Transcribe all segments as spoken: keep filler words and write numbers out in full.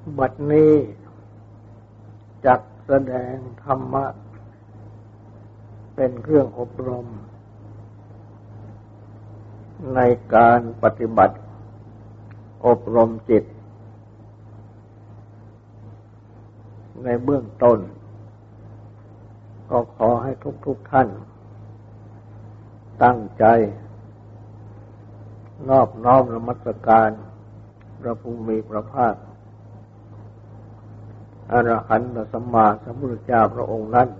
บัดนี้จักแสดงธรรมะเป็นเครื่องอบรมในการปฏิบัติอบรมจิตในเบื้องต้นก็ขอให้ทุกๆท่านตั้งใจนอบน้อมนมัสการพระผู้มีพระภาคอรหันตสัมมาสัมพุทธเจ้าพระองค์นั้น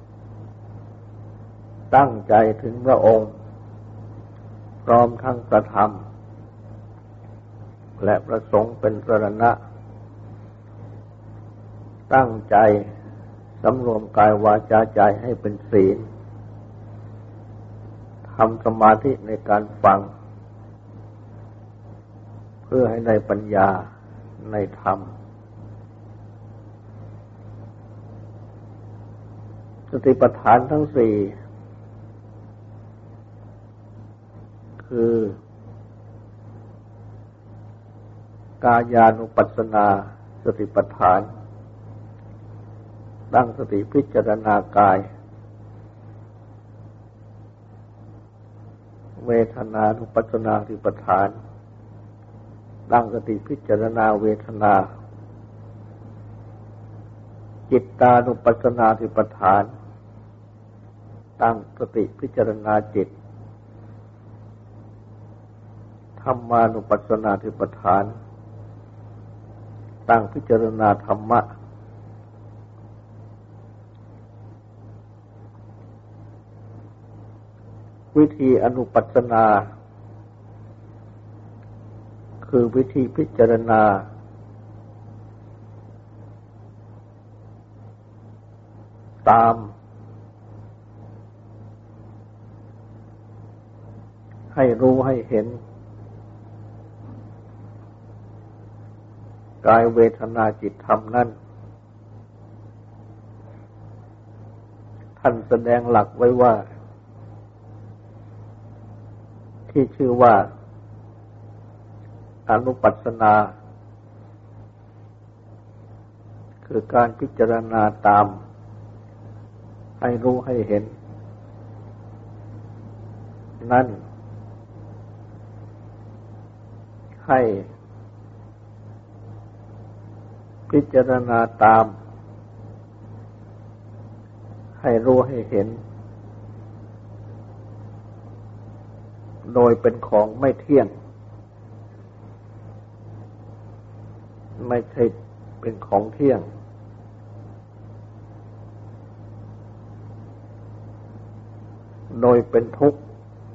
ตั้งใจถึงพระองค์พร้อมทั้งประธรรมและประสงค์เป็นสรณะตั้งใจสำรวมกายวาจาใจให้เป็นศีลทำสมาธิในการฟังเพื่อให้ได้ปัญญาในธรรมสติปัฏฐานทั้งสี่คือกายานุปัสสนาสติปัฏฐานตั้งสติพิจารณากายเวทนานุปัสสนาสติปัฏฐานตั้งสติพิจารณาเวทนาจิตตานุปัสสนาสติปัฏฐานตั้งสติพิจารณาจิตธรรมานุปัสสนาสติปัฏฐานตั้งพิจารณาธรรมะวิธีอนุปัสสนาคือวิธีพิจารณาตามให้รู้ให้เห็นกายเวทนาจิตธรรมนั้นท่านแสดงหลักไว้ว่าที่ชื่อว่าอนุปัสสนาคือการพิจารณาตามให้รู้ให้เห็นนั่นให้พิจารณาตามให้รู้ให้เห็นโดยเป็นของไม่เที่ยงไม่ใช่เป็นของเที่ยงโดยเป็นทุกข์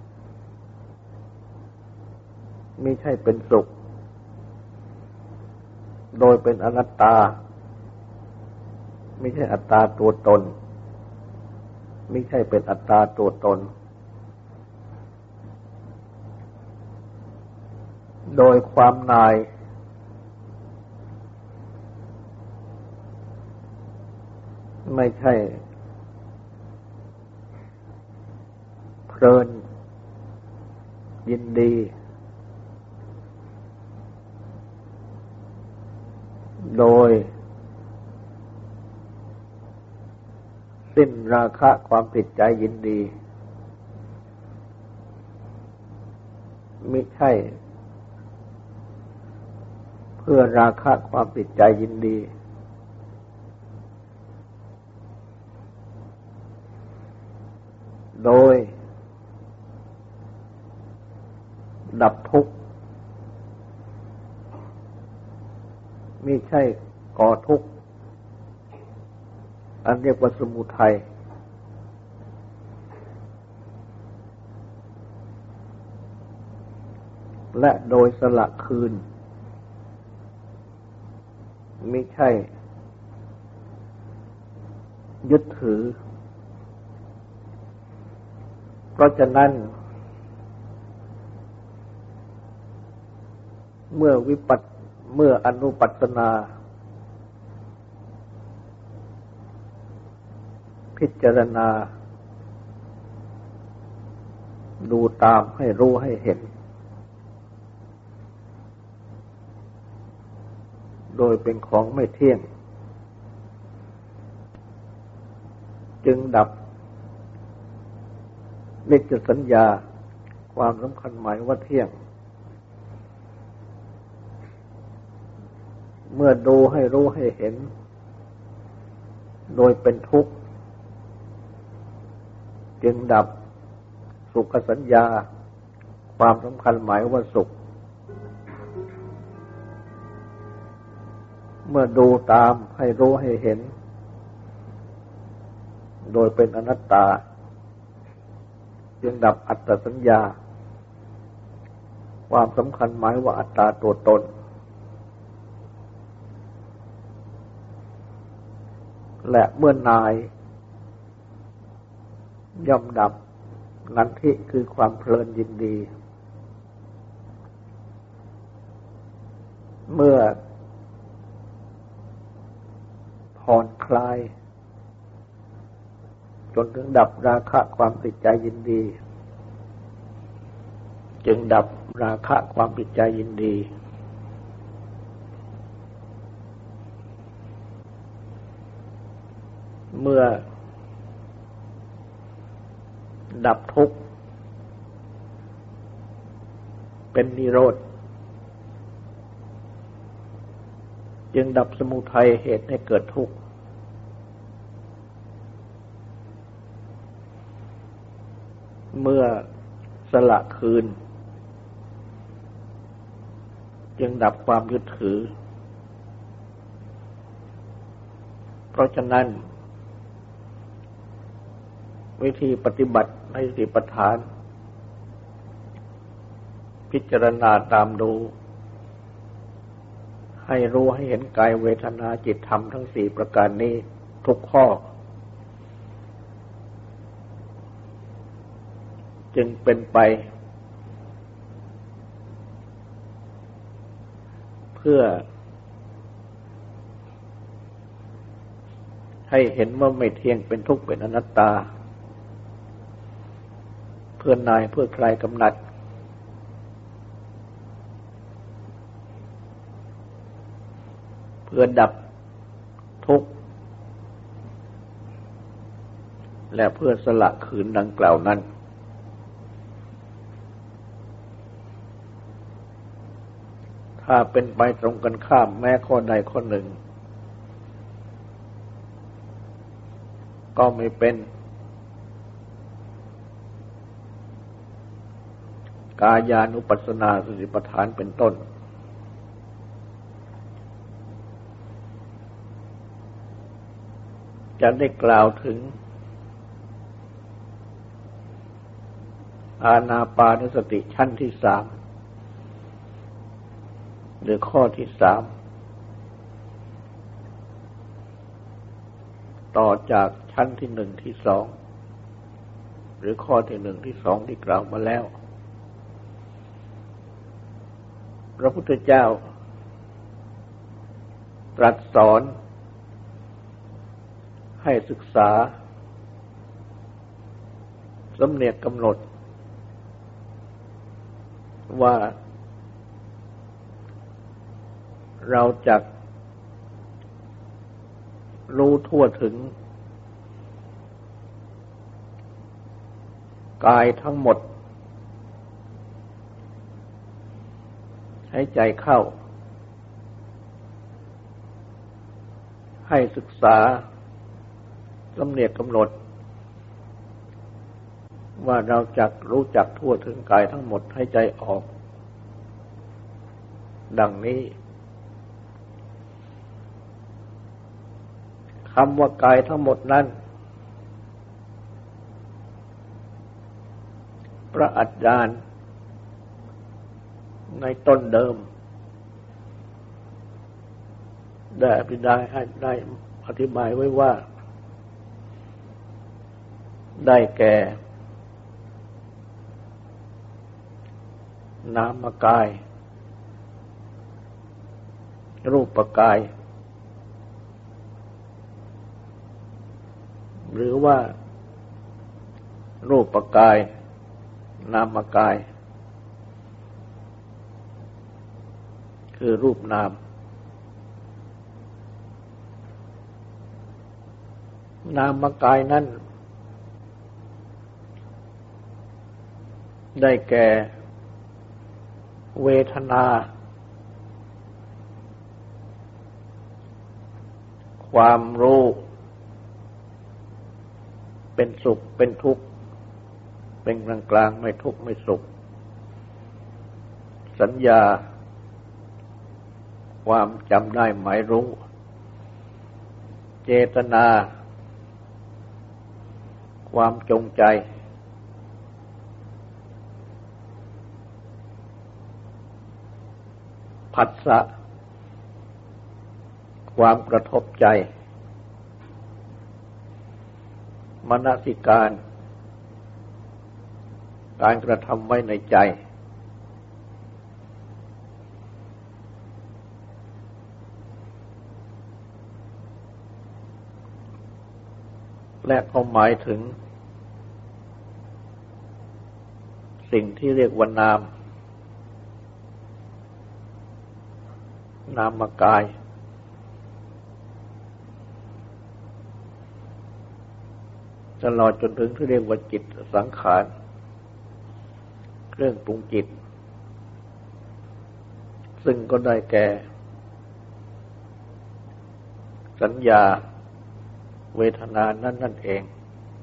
ไม่ใช่เป็นสุขโดยเป็นอนัตตาไม่ใช่อัตตาตัวตนไม่ใช่เป็นอัตตาตัวตนโดยความนายไม่ใช่เพลินยินดีโดยสิ้นราคะความติดใจยินดีมิใช่เพื่อราคะความติดใจยินดีโดยดับทุกข์มิใช่ก่อทุกข์อันเรียกว่าสมุทัยและโดยสละคืนมิใช่ยึดถือเพราะฉะนั้นเมื่อวิปัสสเมื่ออนุปัสสนาพิจารณาดูตามให้รู้ให้เห็นโดยเป็นของไม่เที่ยงจึงดับนิจจสัญญาความสำคัญหมายว่าเที่ยงเมื่อดูให้รู้ให้เห็นโดยเป็นทุกข์จึงดับสุขสัญญาความสำคัญหมายว่าสุขเมื่อดูตามให้รู้ให้เห็นโดยเป็นอนัตตาจึงดับอัตตสัญญาความสำคัญหมายว่าอัตตาตัวตนและเมื่อนายย่อมดับนันทิคือความเพลินยินดีเมื่อผ่อนคลายจนถึงดับราคะความติดใจยินดีจึงดับราคะความติดใจยินดีเมื่อดับทุกข์เป็นนิโรธจึงดับสมุทัยเหตุให้เกิดทุกข์เมื่อสละคืนจึงดับความยึดถือเพราะฉะนั้นวิธีปฏิบัติในสติปัฏฐานพิจารณาตามดูให้รู้ให้เห็นกายเวทนาจิตธรรมทั้งสี่ประการนี้ทุกข้อจึงเป็นไปเพื่อให้เห็นว่าไม่เที่ยงเป็นทุกข์เป็นอนัตตาเพื่อนายเพื่อคลายกำหนัดเพื่อดับทุกข์และเพื่อสละคืนดังกล่าวนั้นถ้าเป็นไปตรงกันข้ามแม้ข้อใดข้อหนึ่งก็ไม่เป็นกายานุปัสสนาสติปัฏฐานเป็นต้นจะได้กล่าวถึงอานาปานสติชั้นที่สามหรือข้อที่สามต่อจากชั้นที่หนึ่งที่สองหรือข้อที่หนึ่งที่สองที่กล่าวมาแล้วพระพุทธเจ้าตรัสสอนให้ศึกษาสำเนียกกำหนดว่าเราจักรู้ทั่วถึงกายทั้งหมดให้ใจเข้าให้ศึกษาสำเนียกกำหนดว่าเราจักรู้จักทั่วถึงกายทั้งหมดให้ใจออกดังนี้คำว่ากายทั้งหมดนั้นพระอาจารย์ในต้นเดิมได้อธิบายได้อธิบายไว้ว่าได้แก่นามกายรูปกายหรือว่ารูปกายนามกายคือรูปนามนามกายนั้นได้แก่เวทนาความรู้เป็นสุขเป็นทุกข์เป็นกลางกลางไม่ทุกข์ไม่สุขสัญญาความจำได้หมายรู้เจตนาความจงใจผัสสะความกระทบใจมนสิการการกระทำไว้ในใจและก็หมายถึงสิ่งที่เรียกว่านามนามกายตลอดจนถึงที่เรียกว่าจิตสังขารเครื่องปรุงจิตซึ่งก็ได้แก่สัญญาเวทนานั่นนั่นเอง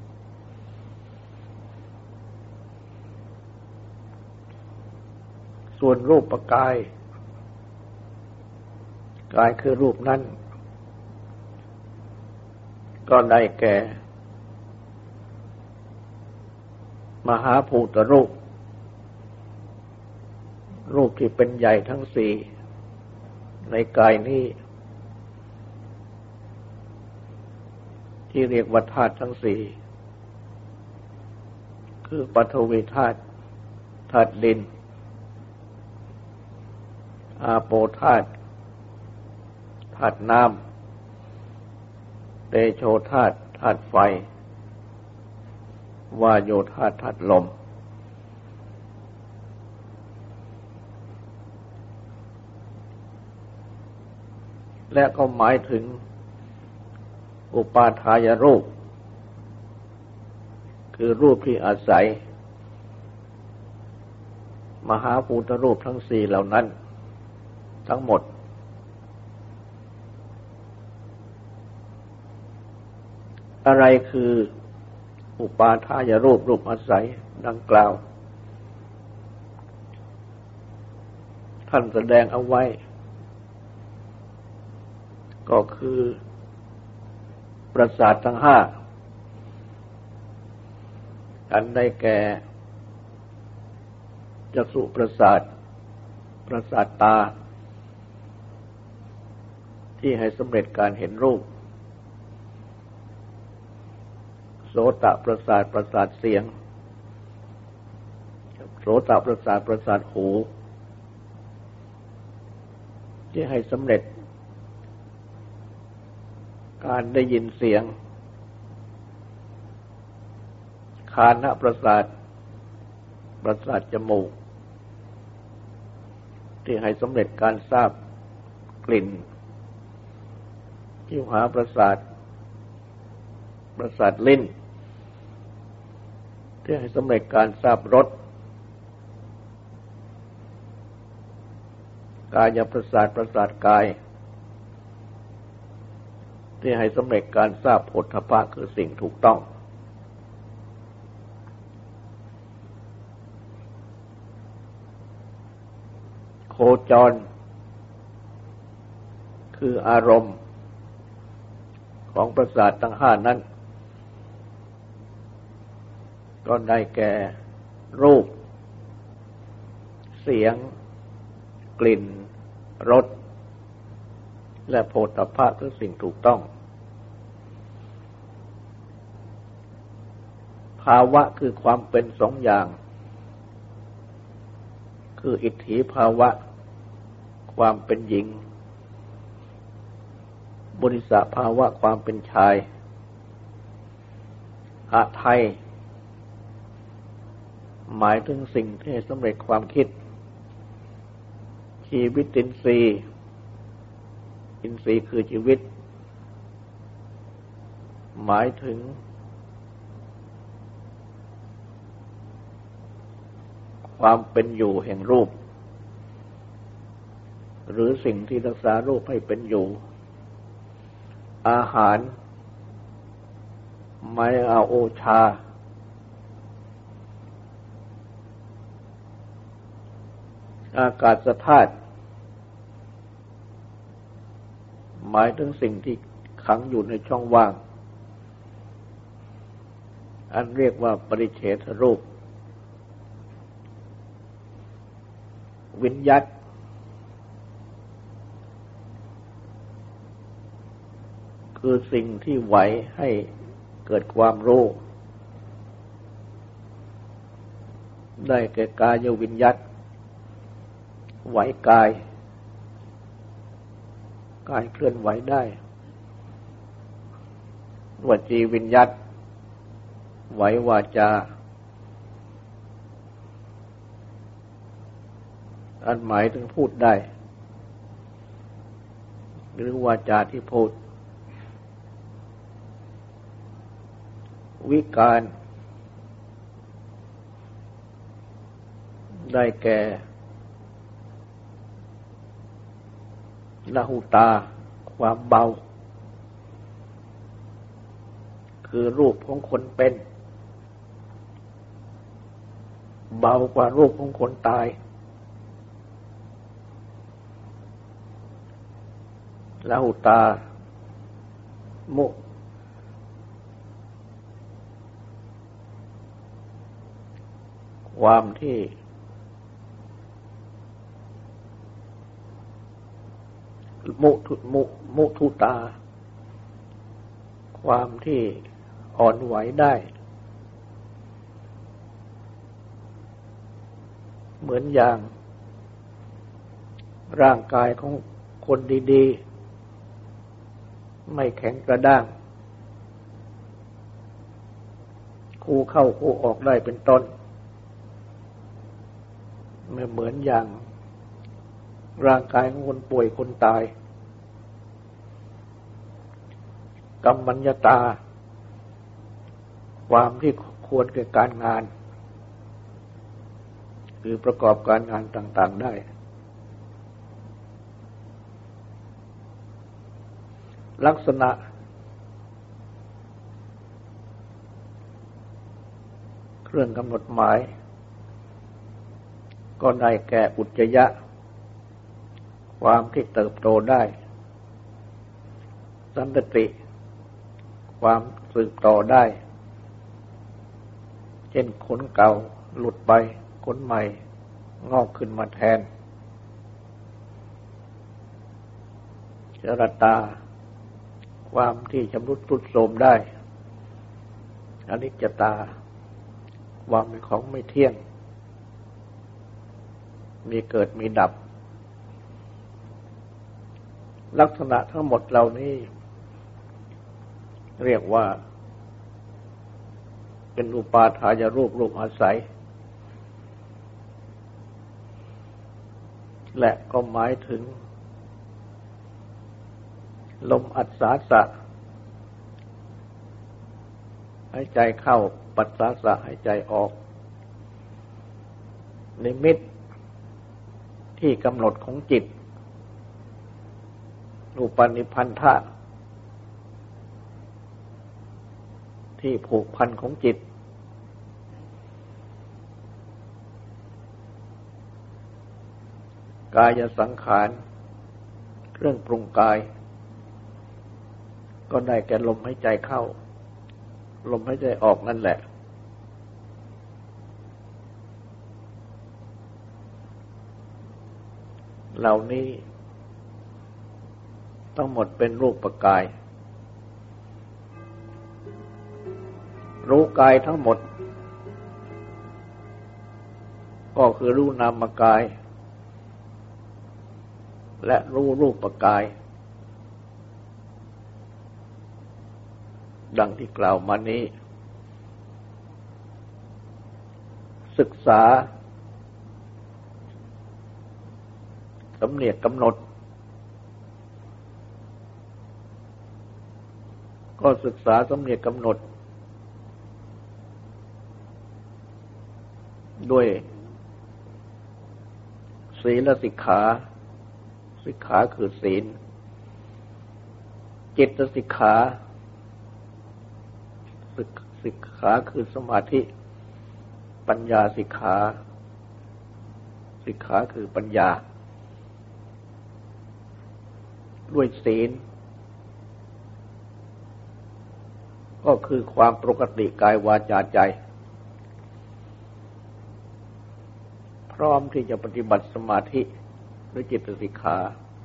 ส่วนรูปกายกายคือรูปนั้นก็ได้แก่มหาภูตรูปรูปที่เป็นใหญ่ทั้งสี่ในกายนี้ที่เรียกว่าธาตุทั้งสี่คือปฐวีธาตุธาตุดินอาโปธาตุธาตุน้ำเตโชธาตุธาตุไฟวาโยธาตุธาตุลมและก็หมายถึงอุปาทายรูปคือรูปที่อาศัยมหาภูตรูปทั้งสี่เหล่านั้นทั้งหมดอะไรคืออุปาทายรูปรูปอาศัยดังกล่าวท่านแสดงเอาไว้ก็คือประสาททั้งห้าอันได้แก่จักษุประสาทประสาทตาที่ให้สำเร็จการเห็นรูปโสตประสาทประสาทเสียงโสตประสาทประสาทหูที่ให้สำเร็จการได้ยินเสียงฆานประสาทประสาทจมูกที่ให้สำเร็จการทราบกลิ่นชิวหาประสาทประสาทลิ้นที่ให้สำเร็จการทราบรสกายประสาทประสาทกายที่ให้สำเร็จการทราบโผฏฐัพพะคือสิ่งถูกต้องโคจรคืออารมณ์ของประสาททั้งห้านั้นก็ได้แก่รูปเสียงกลิ่นรสและโผฏฐัพพะคือสิ่งถูกต้องภาวะคือความเป็นสองอย่างคืออิทธิภาวะความเป็นหญิงบุริสภาวะความเป็นชายหทัยหมายถึงสิ่งที่สำเร็จความคิดชีวิตินทรีย์อินทรีย์คือชีวิตหมายถึงความเป็นอยู่แห่งรูปหรือสิ่งที่รักษารูปให้เป็นอยู่อาหารไม้เอาโอชาอากาศธาตุหมายถึงสิ่งที่ขังอยู่ในช่องว่างอันเรียกว่าปริเฉทรูปวิญญัตคือสิ่งที่ไหวให้เกิดความรู้ได้แก่กายวิญญัตไหวกายกายเคลื่อนไหวได้วจีวิญญัตไหววาจาอันหมายถึงพูดได้หรือวาจาที่พูดวิการได้แก่ละหุตาความเบาคือรูปของคนเป็นเบากว่ารูปของคนตายละหุตามุความที่มุทุมุมุทุตาความที่อ่อนไหวได้เหมือนอย่างร่างกายของคนดีๆไม่แข็งกระด้างคู่เข้าคู่ออกได้เป็นต้นไม่เหมือนอย่างร่างกายของคนป่วยคนตายกัมมัญญตาความที่ควรแก่การงานคือประกอบการงานต่างๆได้ลักษณะเครื่องกำหนดหมายก็ได้แก่อุจจยะความที่เติบโตได้สันตติความสืบต่อได้เช่นขนเก่าหลุดไปขนใหม่งอกขึ้นมาแทนจรตาความที่ชำรุดทรุดโทรมได้อนิจจตาความเป็นของไม่เที่ยงมีเกิดมีดับลักษณะทั้งหมดเหล่านี้เรียกว่าเป็นอุปาทายรูปรูปอาศัยและก็หมายถึงลมอัศสาสะหายใจเข้าปัสสาสะหายใจออกนิมิตที่กำหนดของจิตรูปนิพพันธะที่ผูกพันของจิตกายสังขารเครื่องปรุงกายก็ได้แก่ลมหายใจเข้าลมหายใจออกนั่นแหละเหล่านี้ทั้งหมดเป็นรูปกายรู้กายทั้งหมดก็คือรู้นามกายและรู้รูปกายดังที่กล่าวมานี้ศึกษาสำเนียกกำหนดก็ศึกษาสำเนียกกำหนดด้วยศีลสิกขาสิกขาคือศีลจิตสิกขาสิกขาคือสมาธิปัญญาสิกขาสิกขาคือปัญญาด้วยศีลก็คือความปกติกายวาจาใจพร้อมที่จะปฏิบัติสมาธิหรือจิตสิกขา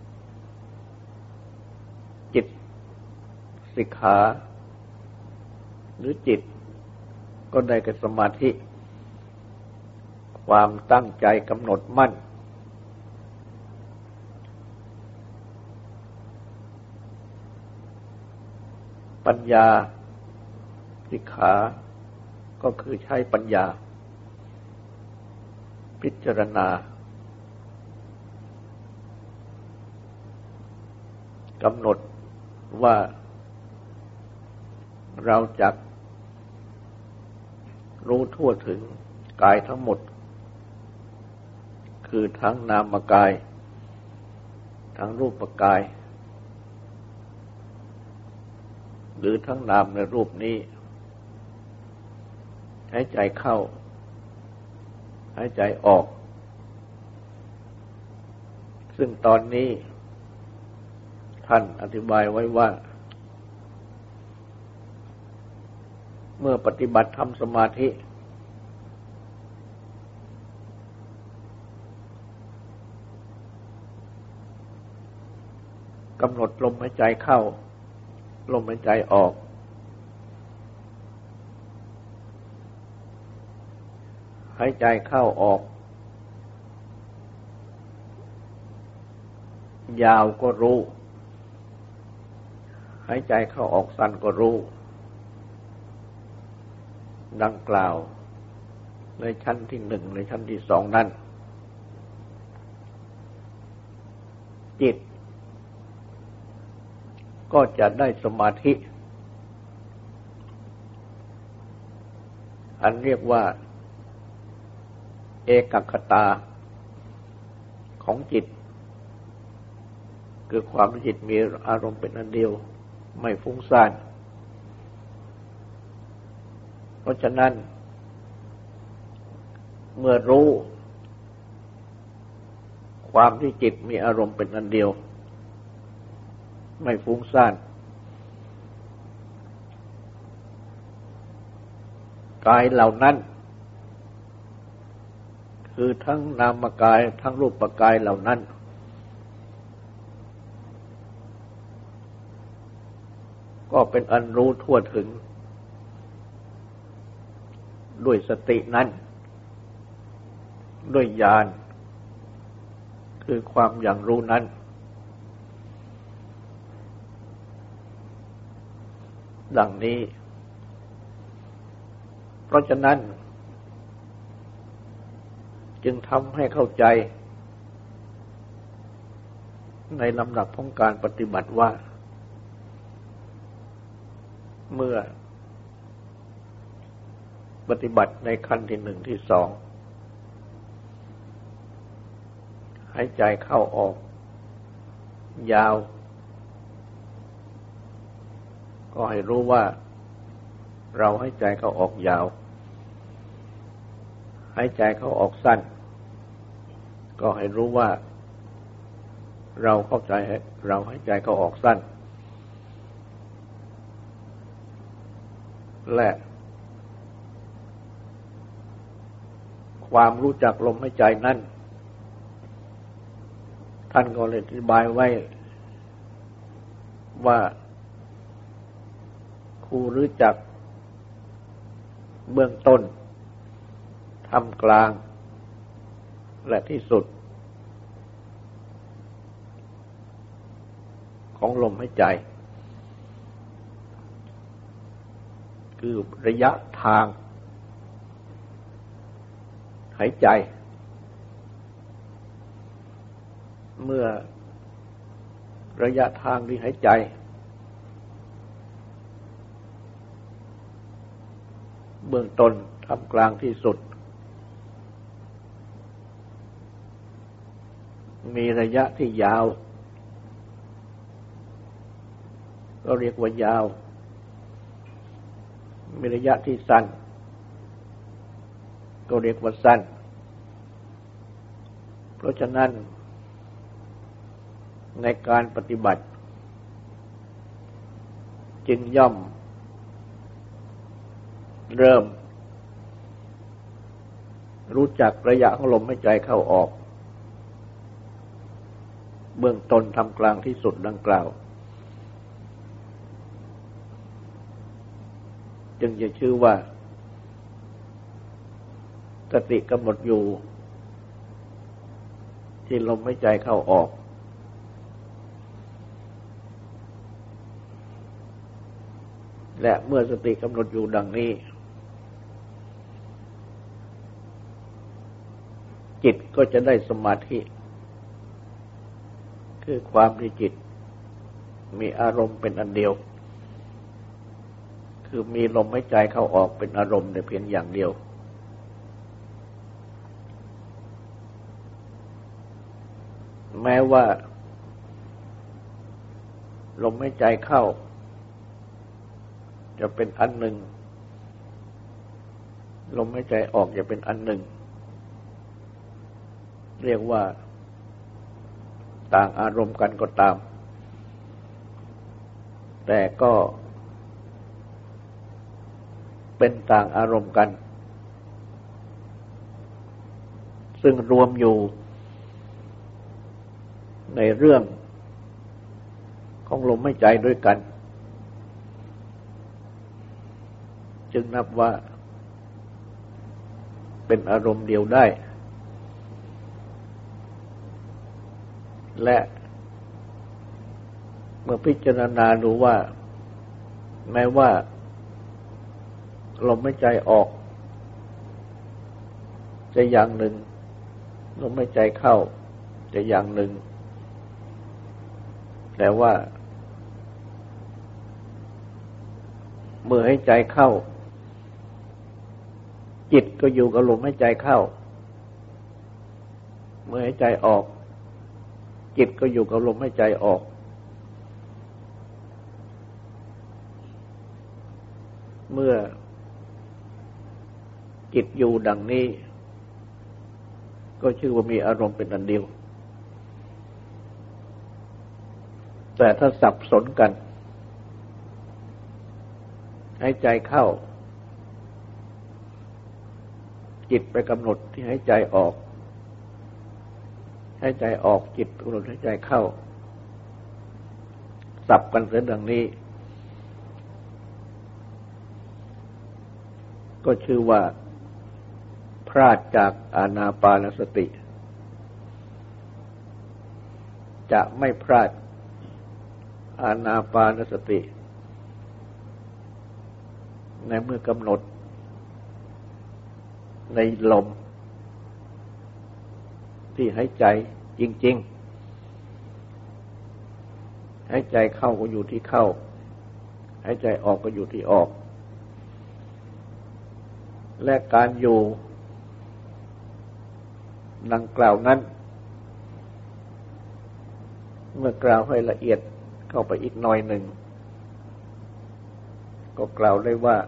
จิตสิกขาหรือจิตก็ได้แก่สมาธิความตั้งใจกำหนดมั่นปัญญาสิกขาก็คือใช้ปัญญาพิจารณากำหนดว่าเราจักรู้ทั่วถึงกายทั้งหมดคือทั้งนามกายทั้งรูปกายหรือทั้งนามในรูปนี้หายใจเข้าหายใจออกซึ่งตอนนี้ท่านอธิบายไว้ว่าเมื่อปฏิบัติทำสมาธิกำหนดลมหายใจเข้าลมหายใจออกหายใจเข้าออกยาวก็รู้หายใจเข้าออกสั้นก็รู้ดังกล่าวในชั้นที่หนึ่งในชั้นที่สองนั้นจิตก็จะได้สมาธิอันเรียกว่าเอกคตาของจิตคือความที่จิตมีอารมณ์เป็นอันเดียวไม่ฟุ้งซ่านเพราะฉะนั้นเมื่อรู้ความที่จิตมีอารมณ์เป็นอันเดียวไม่ฟุ้งซ่านกายเหล่านั้นคือทั้งนามกายทั้งรูปกายเหล่านั้นก็เป็นอันรู้ทั่วถึงด้วยสตินั้นด้วยญาณคือความอย่างรู้นั้นดังนี้เพราะฉะนั้นจึงทำให้เข้าใจในลำดับของการปฏิบัติว่าเมื่อปฏิบัติในขั้นที่หนึ่งที่สองหายใจเข้าออกยาวก็ให้รู้ว่าเราหายใจเข้าออกยาวหายใจเข้าออกสั้นก็ให้รู้ว่าเราเข้าใจเราหายใจเข้าออกสั้นและความรู้จักลมหายใจนั้นท่านก็เลยอธิบายไว้ว่าครูรู้จักเบื้องต้นท่ามกลางและที่สุดของลมหายใจคือระยะทางหายใจเมื่อระยะทางที่หายใจเบื้องต้นท่ามกลางที่สุดมีระยะที่ยาวก็เรียกว่ายาวมีระยะที่สั้นก็เรียกว่าสั้นเพราะฉะนั้นในการปฏิบัติจึงย่อมเริ่มรู้จักระยะของลมหายใจเข้าออกเบื้องต้นทำกลางที่สุดดังกล่าวจึงจะชื่อว่าสติกำหนดอยู่ที่ลมหายใจเข้าออกและเมื่อสติกำหนดอยู่ดังนี้จิตก็จะได้สมาธิคือความที่จิตมีอารมณ์เป็นอันเดียวคือมีลมหายใจเข้าออกเป็นอารมณ์แต่เพียงอย่างเดียวแม้ว่าลมหายใจเข้าจะเป็นอันหนึ่งลมหายใจออกจะเป็นอันหนึ่งเรียกว่าต่างอารมณ์กันก็ตามแต่ก็เป็นต่างอารมณ์กันซึ่งรวมอยู่ในเรื่องของลมหายใจด้วยกันจึงนับว่าเป็นอารมณ์เดียวได้และเมื่อพิจารณาดูว่าแม้ว่าลมหายใจออกจะอย่างหนึ่งลมหายใจเข้าจะอย่างหนึ่งแต่ว่าเมื่อหายใจเข้าจิตก็อยู่กับลมหายใจเข้าเมื่อหายใจออกจิตก็อยู่กับลมหายใจออกเมื่อจิตอยู่ดังนี้ก็ชื่อว่ามีอารมณ์เป็นอันเดียวแต่ถ้าสับสนกันหายใจเข้าจิตไปกำหนดที่หายใจออกหายใจออกจิตกำหนดหายใจเข้าสับกันเสียดังนี้ก็ชื่อว่าพลาดจากอานาปานสติจะไม่พลาดอานาปานสติในเมื่อกำหนดในลมที่หายใจจริงๆหายใจเข้าก็อยู่ที่เข้าหายใจออกก็อยู่ที่ออกและการอยู่ดังกล่าวนั้นเมื่อกล่าวให้ละเอียดเข้าไปอีกหน่อยหนึ่งก็กล่าวได้ว่า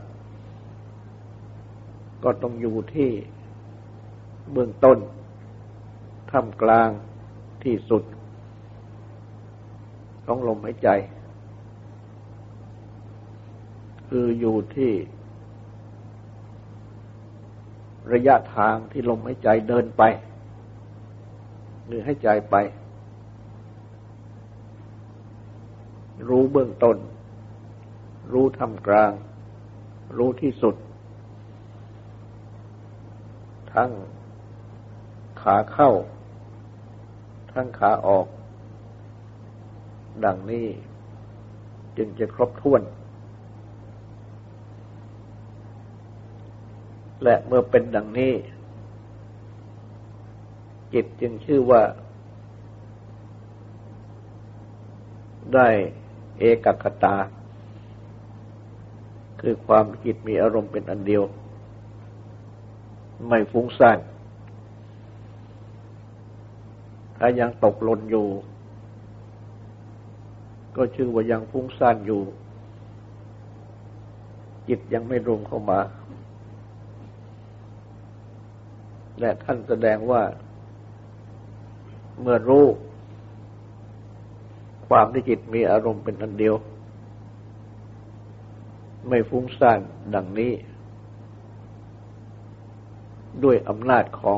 ก็ต้องอยู่ที่เบื้องต้นท่ามกลางที่สุดของลมหายใจคืออยู่ที่ระยะทางที่ลมหายใจเดินไปหรือหายใจไปรู้เบื้องต้นรู้ท่ามกลางรู้ที่สุดทั้งขาเข้าทั้งขาออกดังนี้จึงจะครบถ้วนและเมื่อเป็นดังนี้จิตจึงชื่อว่าได้เอกคตาคือความจิตมีอารมณ์เป็นอันเดียวไม่ฟุ้งซ่านถ้ายังตกหล่นอยู่ก็ชื่อว่ายังฟุ้งซ่านอยู่จิตยังไม่รวมเข้ามาและท่านแสดงว่าเมื่อรู้ความที่จิตมีอารมณ์เป็นอันเดียวไม่ฟุ้งซ่านดังนี้ด้วยอำนาจของ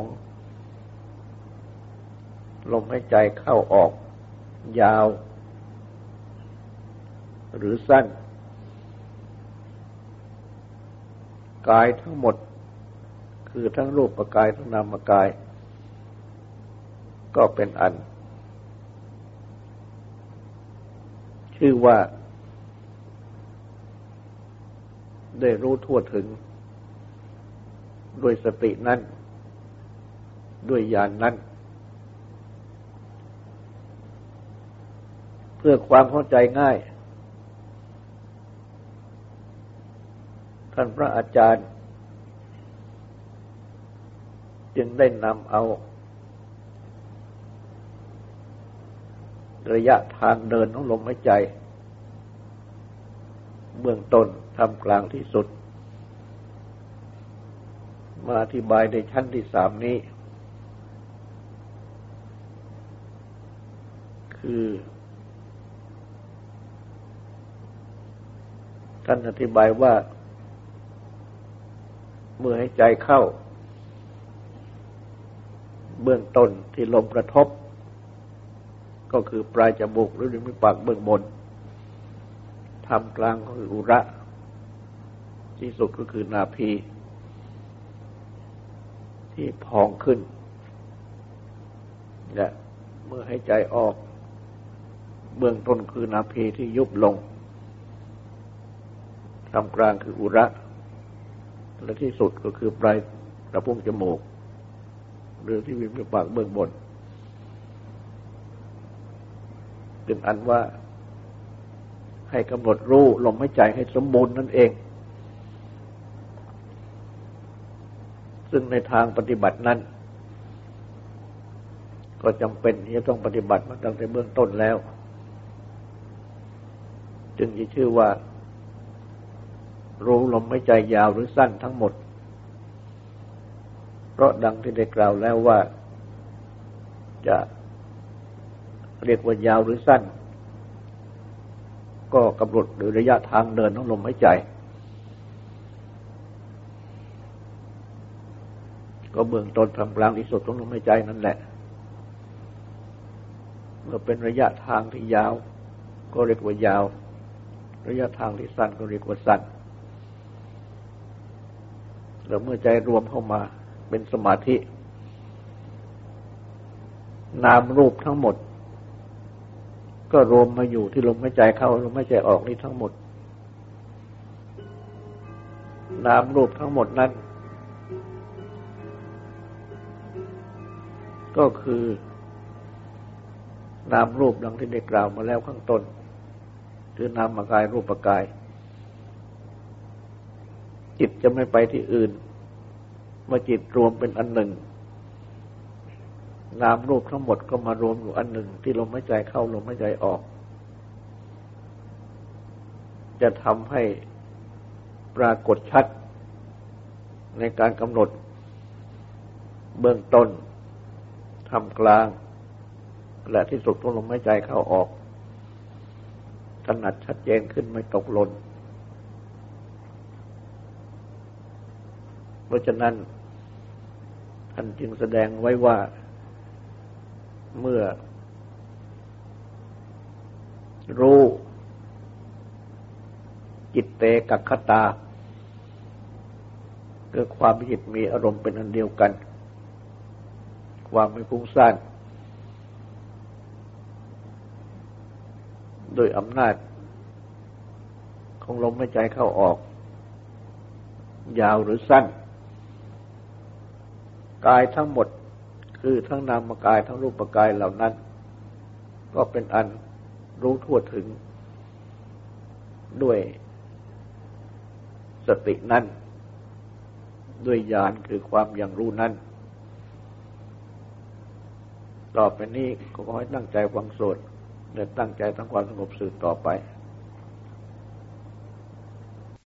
ลมหายใจเข้าออกยาวหรือสั้นกายทั้งหมดคือทั้งรูปกายทั้งนามกายก็เป็นอันชื่อว่าได้รู้ทั่วถึงด้วยสตินั้นด้วยญาณ น, นั้นเพื่อความเข้าใจง่ายท่านพระอาจารย์จึงได้นำเอาระยะทางเดินของลมหายใจเบื้องต้นทำกลางที่สุดมาอธิบายในชั้นที่สามนี้คือท่านอธิบายว่าเมื่อให้ใจเข้าเบื้องต้นที่ลมกระทบก็คือปลายจมูกหรือริมฝีปากเบื้องบนทำกลางก็คืออุระที่สุดก็คือนาภีที่พองขึ้นและเมื่อให้ใจออกเบื้องต้นคือนาภีที่ยุบลงทำกลางคืออุระและที่สุดก็คือปลายกระพุ้งจมูกหรือที่ริมฝีปากเบื้องบนเป็นอันว่าให้กำหนดรู้ลมหายใจให้สมบูรณ์นั่นเองซึ่งในทางปฏิบัตินั้นก็จำเป็นที่จะต้องปฏิบัติมาตั้งแต่เบื้องต้นแล้วจึงจะชื่อว่ารู้ลมหายใจยาวหรือสั้นทั้งหมดเพราะดังที่ได้กล่าวแล้วว่าจะเรียกว่ายาวหรือสั้นก็กำหนดหรือระยะทางเดินของลมหายใจก็เบื้องต้นทำกลางที่สุดของลมหายใจนั่นแหละเมื่อเป็นระยะทางที่ยาวก็เรียกว่ายาวระยะทางที่สั้นก็เรียกว่าสั้นแล้วเมื่อใจรวมเข้ามาเป็นสมาธินามรูปทั้งหมดก็รวมมาอยู่ที่ลมหายใจเข้าลมหายใจออกนี้ทั้งหมดนามรูปทั้งหมดนั้นก็คือนามรูปดังที่ได้กล่าวมาแล้วข้างต้นคือนามกายรูปกายจิตจะไม่ไปที่อื่นเมื่อจิตรวมเป็นอันหนึ่งนามรูปทั้งหมดก็มารวมอยู่อันหนึ่งที่ลมหายใจเข้าลมหายใจออกจะทำให้ปรากฏชัดในการกำหนดเบื้องต้นทำกลางและที่สุดของลมหายใจเข้าออกถนัดชัดเจนขึ้นไม่ตกหล่นเพราะฉะนั้นท่านจึงแสดงไว้ว่าเมื่อรู้จิตเตกัคคตาคือความที่จิตมีอารมณ์เป็นอันเดียวกันความไม่ฟุ้งซ่านโดยอำนาจของลมหายใจเข้าออกยาวหรือสั้นกายทั้งหมดคือทั้งนามกายทั้งรูปกายเหล่านั้นก็เป็นอันรู้ทั่วถึงด้วยสตินั้นด้วยญาณคือความอย่างรู้นั้นต่อไปนี้ก็ขอให้ตั้งใจฟังสวดและตั้งใจทำความสงบสืบต่อไป